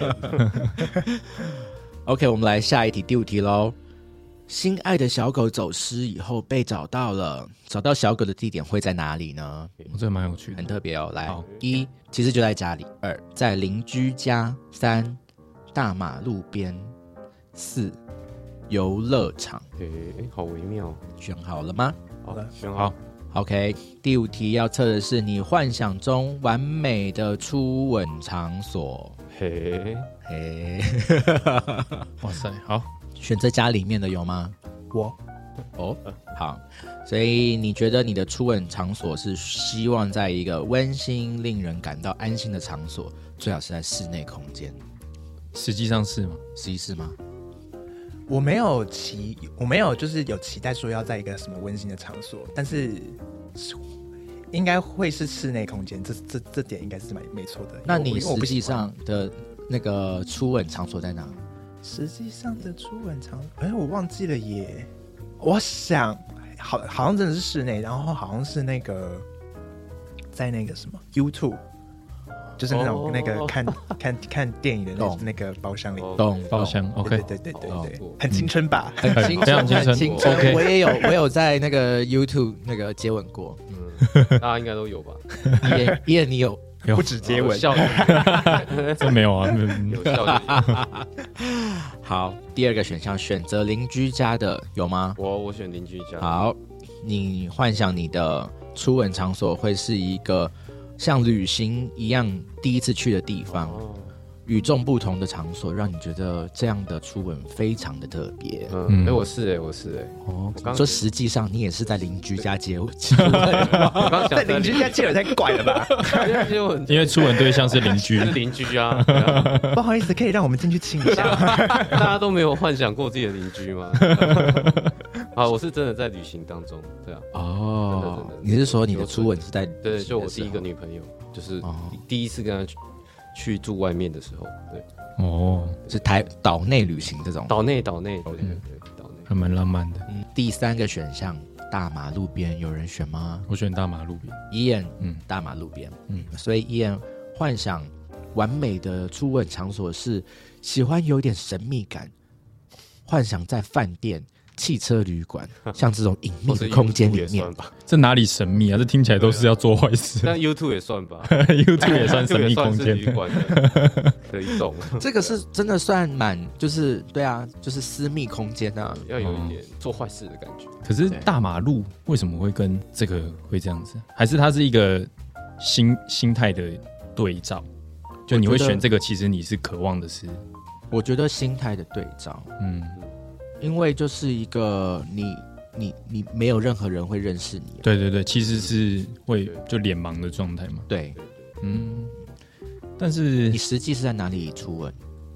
OK， 我们来下一题，第五题喽。心爱的小狗走失以后被找到了，找到小狗的地点会在哪里呢？ 这个蛮有趣的， 很特别哦。来，一其实就在家里，二在邻居家，三大马路边，四游乐场。 诶、欸，好微妙。 选好了吗？ 好的，选好。 OK， 第五题要测的是你幻想中完美的初吻场所。 嘿， 嘿， 哇塞，好。 选在家里面的有吗？ 我哦，好，所以你觉得你的初吻场所是希望在一个温馨、令人感到安心的场所，最好是在室内空间。 实际上是吗？ 实际是吗？ 我没有期，我没有就是有期待说要在一个什么温馨的场所，但是应该会是室内空间，这这这点应该是蛮没错的。 那你实际上的那个初吻场所在哪？ 实际上的初吻场，哎，我忘记了耶。我想，好，好像真的是室内，然后好像是那个在那个什么 YouTube， 就是那种、oh. 那个看看看电影的那那个包厢里， 懂包厢 ，OK， 对对对对对，很青春吧？ 很青春，很青春。我也有，我有在那个 YouTube 那个接吻过， 嗯，大家应该都有吧？ 也也你有。 不止接吻， 这没有啊， 有效率。 好，第二个选项选择邻居家的有吗？ 我我选邻居家。 好，你幻想你的初吻场所会是一个像旅行一样第一次去的地方，哦、与众不同的场所，让你觉得这样的初吻非常的特别。 嗯，哎、欸，我是哎、欸，我是哎、欸。 哦，我说实际上你也是在邻居家接吻， 在邻居家接吻太怪了吧？ 因为初吻对象是邻居， 是邻居啊。 不好意思，可以让我们进去亲一下。 大家都没有幻想过自己的邻居吗？好，我是真的在旅行当中，对啊。 哦，真的真的你是说你的初吻是在？ 对，就我第一个女朋友，就是第一次跟她去。去住外面的时候，对， 哦，是台岛内旅行这种， 岛内岛内，对对对，岛内还蛮浪漫的。 嗯，第三个选项大马路边，有人选吗？ 我选大马路边。 Ian，嗯，大马路边，嗯，所以 Ian 幻想完美的初吻场所是喜欢有点神秘感，幻想在饭店。汽车旅馆，像这种隐秘的空间里面， 这哪里神秘啊？这听起来都是要做坏事。 但 YouTube 也算吧 ，YouTube 也算神秘空间旅馆的一种。 这个是真的算蛮，就是对啊，就是私密空间啊， 要有一点做坏事的感觉。 可是大马路为什么会跟这个会这样子？还是它是一个心心态的对照？就你会选这个，其实你是渴望的是？ 我觉得心态的对照，嗯。因为就是一个你你你没有任何人会认识你， 对对对，其实是会就脸盲的状态嘛。 对， 嗯，但是你实际是在哪里初吻？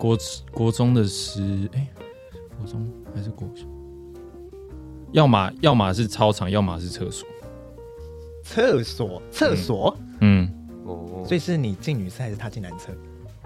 国国中的是哎、欸，国中还是国小？要么要么是操场，要么是厕所。 厕所，厕所， 嗯， 哦， 所以是你进女厕还是他进男厕？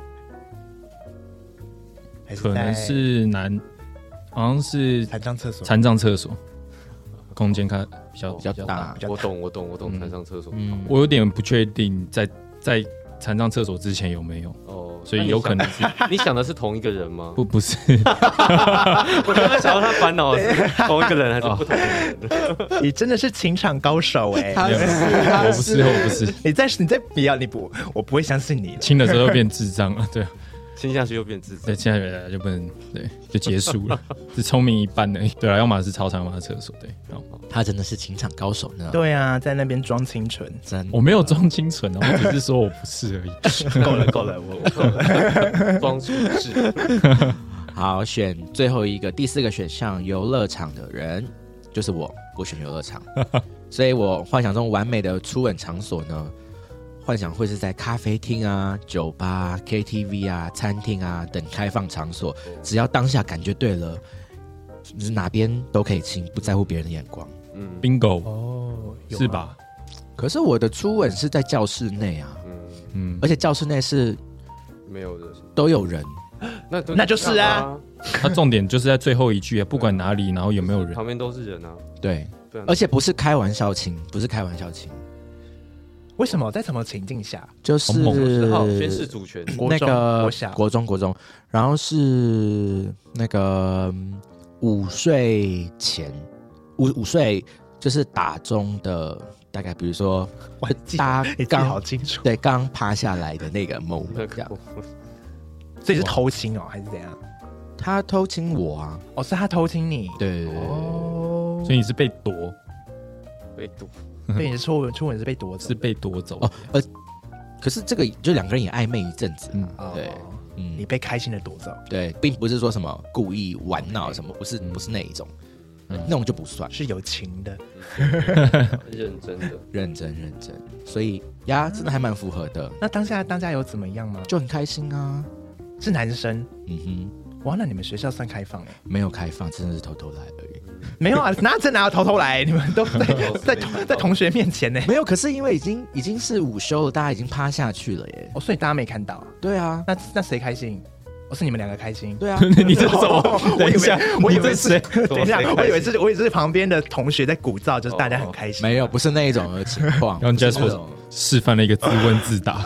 还是可能是男，好像是残障厕所。 残障厕所，空间看比较、 比较大。 我懂，我懂，我懂，残障厕所。 嗯，我有点不确定在在残障厕所之前有没有哦，所以有可能是你想的是同一个人吗？ 不，不是。 我刚刚想到他烦恼的是同一个人还是不同的人？ 你真的是情场高手哎！ 我不是，我不是。 你再你再不要，你不，我不会相信你。 亲的时候变智障了，对啊。 亲下去又变智障， 对，亲下去就不能，对，就结束了，是聪明一半而已。对啊，要么是操场，要么是厕所。对， 他真的是情场高手呢。 对啊，在那边装清纯， 真我没有装清纯哦，我只是说我不是而已。 够了，够了，我我够了， 装出是。 好，选最后一个第四个选项，游乐场的人就是我，我选游乐场。所以我幻想中完美的初吻场所呢？幻想会是在咖啡厅啊、酒吧、K T V 啊、餐厅啊等开放场所，只要当下感觉对了，就是哪边都可以亲，不在乎别人的眼光。 嗯 ，bingo， 哦， 是吧？ 可是我的初吻是在教室内啊，嗯嗯， 而且教室内是没有人， 都有人， 那那就是啊。 它重点就是在最后一句，不管哪里，然后有没有人， 旁边都是人啊。 对，对而且不是开玩笑亲，不是开玩笑亲。 为什么在什么情境下？ 就是宣示主权， 那个国小、 国中、国中，然后是那个午睡前，午午睡就是打钟的，大概比如说大家刚好清楚， 对，刚趴下来的那个 moment， 所以是偷亲哦，还是怎样？ 他偷亲我啊！ 哦，是他偷亲你， 对对对， 哦， 所以你是被夺， 被夺。 对，你是初吻，初吻是被夺走， 是被夺走哦。呃，可是这个就两个人也暧昧一阵子，嗯，对， 嗯，你被开心的夺走， 对，并不是说什么故意玩闹什么，不是，不是那一种，那种就不算， 是有情的， 认真的， 认真认真，所以呀，真的还蛮符合的。 那当下当下有怎么样吗？ 就很开心啊， 是男生， 嗯哼， 哇，那你们学校算开放哎？ 没有开放，真的是偷偷来而已。 没有啊，哪这哪有偷偷来？你们都在在在同学面前呢。 没有，可是因为已经已经是午休了，大家已经趴下去了耶。 哦，所以大家没看到。 对啊， 那那谁开心？哦，是你们两个开心。 对啊， 你这什么？等一下， 我以为是，等一下，我以为是，我以为是旁边的同学在鼓噪，就是大家很开心。 没有，不是那一种的情况。 让 Jasper 示范了一个自问自答。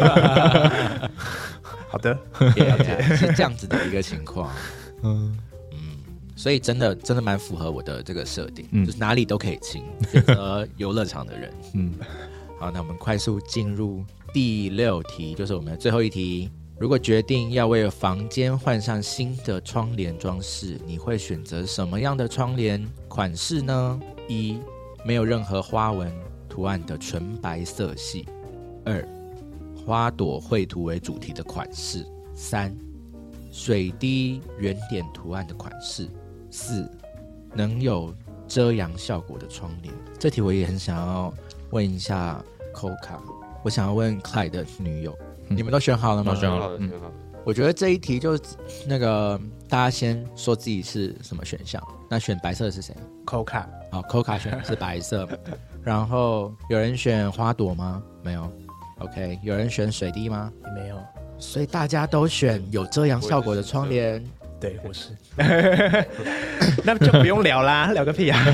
好的， 是这样子的一个情况。嗯。所以真的真的蛮符合我的这个设定，嗯、就是哪里都可以亲，选择游乐场的人。嗯，好，那我们快速进入第六题，就是我们的最后一题。如果决定要为房间换上新的窗帘装饰，你会选择什么样的窗帘款式呢？一、没有任何花纹图案的纯白色系；二、花朵绘图为主题的款式；三、水滴圆点图案的款式。四，能有遮阳效果的窗帘。这题我也很想要问一下 Coca， 我想要问 Clyde 的女友，嗯、你们都选好了吗？ 都选好了， 选好了。 我觉得这一题就那个大家先说自己是什么选项。那选白色的是谁 ？Coca。 好 ，Coca 选的是白色。然后有人选花朵吗？没有。OK， 有人选水滴吗？ 也没有。 所以大家都选有遮阳效果的窗帘。 对，我是，那就不用聊啦，聊个屁啊！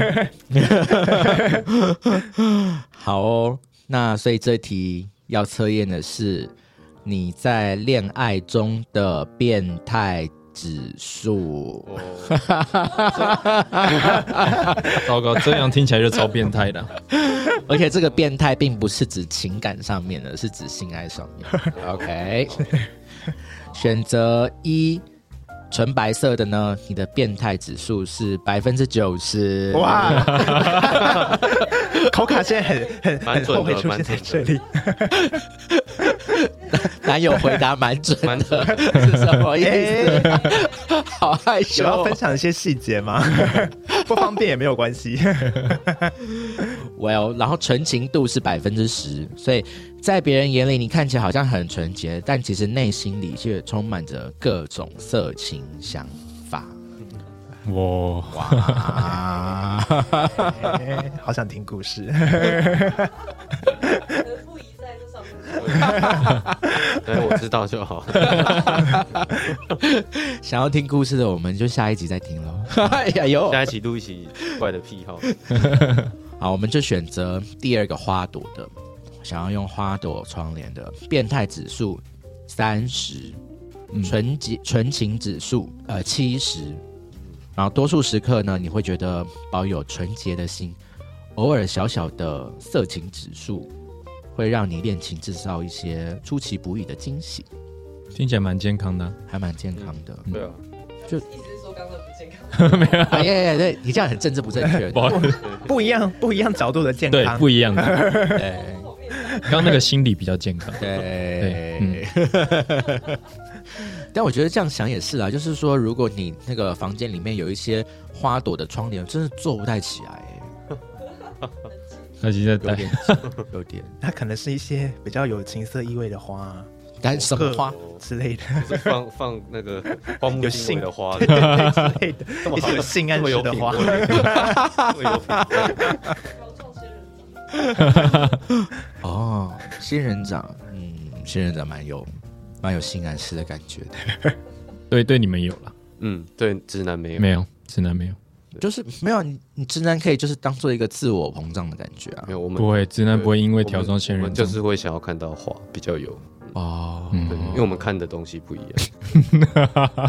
好哦，那所以这题要测验的是你在恋爱中的变态指数。 糟糕，这样听起来就超变态的。 而且这个变态并不是指情感上面的，是指性爱上面。OK， 选择一。纯白色的呢，你的变态指数是百分之九十。哇！ 口卡现在很很很后悔出现在这里。 男友回答蛮准的，是什么意思？欸、好害羞。 有要分享一些细节吗？不方便也没有关系。 well， 然后纯情度是百分之十，所以在别人眼里你看起来好像很纯洁，但其实内心里却充满着各种色情想法。 哇哇， 欸、好想听故事。 不宜在这上面。 对，我知道就好。 想要听故事的，我们就下一集再听了。哎呀呦， 下一期录一期怪的癖好。 好，我们就选择第二个花朵的，想要用花朵窗帘的变态指数三十，纯洁纯情指数呃七十。然后多数时刻呢，你会觉得保有纯洁的心，偶尔小小的色情指数会让你恋情制造一些出其不意的惊喜， 听起来蛮健康的、啊， 还蛮健康的。 对啊， 就意思是说刚刚不健康？ 没有、啊， 哎呀呀，对你这样很政治不正确， 不好意思， 不一样不一样角度的健对， 康， 不一样的。 对刚刚那个心理比较健康， 对， 嗯但我觉得这样想也是啦，就是说，如果你那个房间里面有一些花朵的窗帘，真的做不太起来耶， 他其实在带有点，有点。 它可能是一些比较有情色意味的花， 但什么花之类的， 就是放放那个荒木经惟的花， 对对对之类的，一些有性暗示的花。 哦，仙人掌，嗯，仙人掌蛮有蛮有性暗示的感觉的。 对对，你们有了， 嗯，对，直男没有， 没有，直男没有， 就是没有你，你直男可以就是当做一个自我膨胀的感觉啊。 没有，我们不会，直男不会因为调装仙人掌， 就是会想要看到花，比较有哦， 嗯对，因为我们看的东西不一样。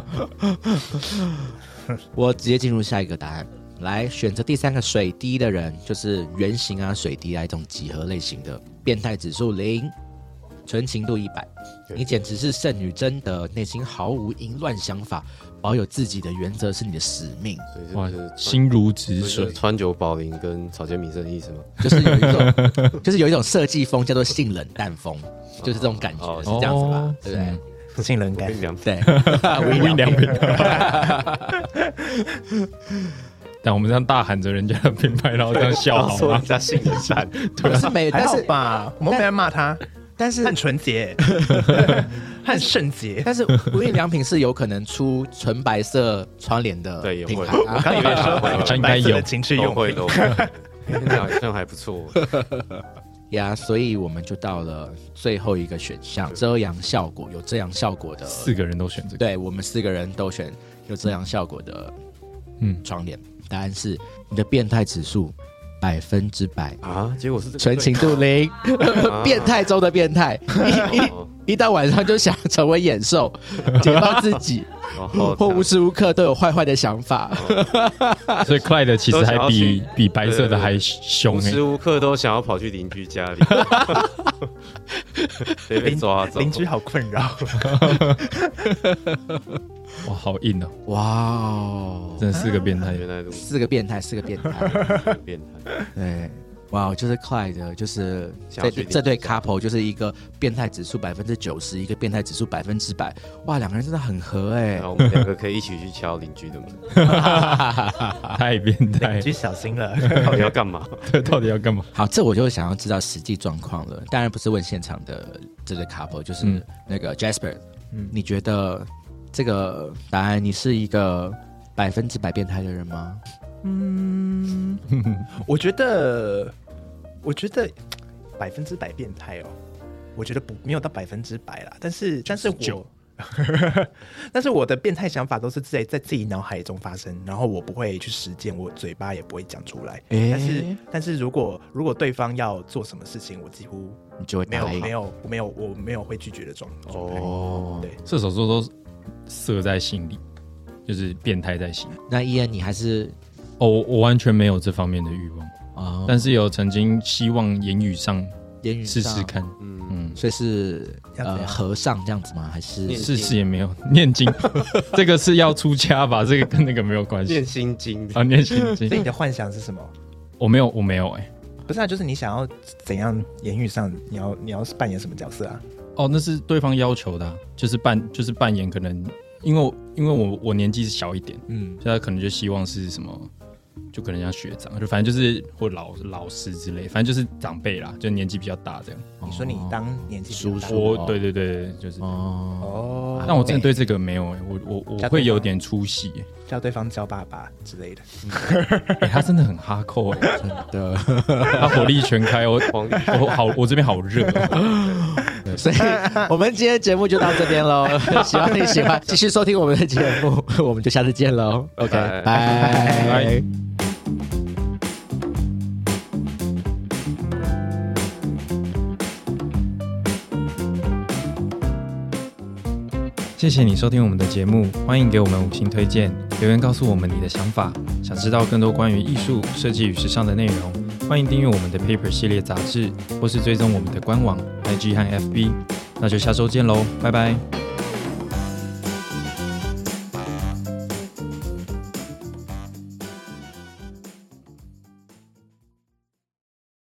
我直接进入下一个答案。来选择第三个水滴的人，就是圆形啊、水滴啊一种几何类型的，变态指数零，纯情度一百，你简直是圣女贞德，内心毫无淫乱想法，保有自己的原则是你的使命， 哇对，就是心如止就是水， 川久保玲跟草间弥生的意思吗？ 就是有一种，就是有一种设计风叫做性冷淡风，就是这种感觉， 哦是这样子吧？ 哦对不对？ 性冷感冰，凉对， 无印良品。但我们这样大喊着人家的品牌，然后这样笑好吗？ 家性冷淡， 不是没， 还好但是吧，我们没人骂他， 但是很纯洁，很圣洁。 但是无印良品是有可能出纯白色窗帘的对也会品牌啊。 我刚以为说应该有白色的情趣都用品， 会都会，那好像还不错。 呀，所以我们就到了最后一个选项，遮阳效果有遮阳效果的， 四个人都选这个， 对我们四个人都选有遮阳效果的嗯， 窗帘。答案是你的变态指数百分之百， 啊，结果是这个纯情度零，变态中的变态，一一一到晚上就想成为野兽，解放自己， 哦或无时无刻都有坏坏的想法。 所以 Clyde 其实还都想比要去比白色的还凶哎、 无时无刻都想要跑去邻居家里，被被抓走。 邻居好困扰。 哇，好硬哦、 哇哦， 真的是个变态。 原来如此， 四个变态，四个变态， 变态。 对。哇，就是 Clyde，就是想要去这这对邻居家 couple 就是一个变态指数百分之九十，一个变态指数百分之百。哇，两个人真的很合哎、 然后我们两个可以一起去敲邻居的门， 太变态邻，居小心了， 到底要干嘛？ 这到底要干嘛？ 好，这我就想要知道实际状况了。当然不是问现场的这对 couple，就是嗯那个 Jasper，、嗯、你觉得这个答案你是一个百分之百变态的人吗？ 嗯，我觉得，我觉得百分之百变态哦，我觉得不没有到百分之百啦，但是但是我。但是我的变态想法都是在在自己脑海中发生，然后我不会去实践，我嘴巴也不会讲出来。 欸、 但是但是如果如果对方要做什么事情，我几乎你就会没有答应没有没有我没有会拒绝的状状态。 哦， 对， 射手座都射在心里，就是变态在心。 那伊恩你还是哦，我我完全没有这方面的欲望， 哦， 但是有曾经希望言语上言语上试试看， 嗯， 嗯， 所以是呃要怎样和尚这样子吗？还是念试试也没有念经，这个是要出家吧？这个跟那个没有关念系心经啊，念心经所以。你的幻想是什么？ 我没有，我没有哎、 不是啊，就是你想要怎样言语上，你要你要扮演什么角色啊？ 哦，那是对方要求的、啊，就是扮就是扮演可能，因为我因为我我年纪小一点， 嗯所以他可能就希望是什么， 就可能像学长，就反正就是或老老师之类，反正就是长辈啦，就年纪比较大这样。 你说你当年纪叔叔， 我对对对，就是哦。 但我真的对这个没有、欸，我我我会有点出戏、欸， 叫对方叫爸爸之类的。 欸、他真的很哈扣哎、欸， 真的， 他火力全开，我我好，我这边好热、喔。 所以我们今天节目就到这边喽，希望你喜欢，继续收听我们的节目，我们就下次见喽。OK， 拜拜。 谢谢你收听我们的节目，欢迎给我们五星推荐，留言告诉我们你的想法。想知道更多关于艺术、设计与时尚的内容，欢迎订阅我们的 Paper 系列杂志，或是追踪我们的官网、I G 和 F B。那就下周见喽，拜拜。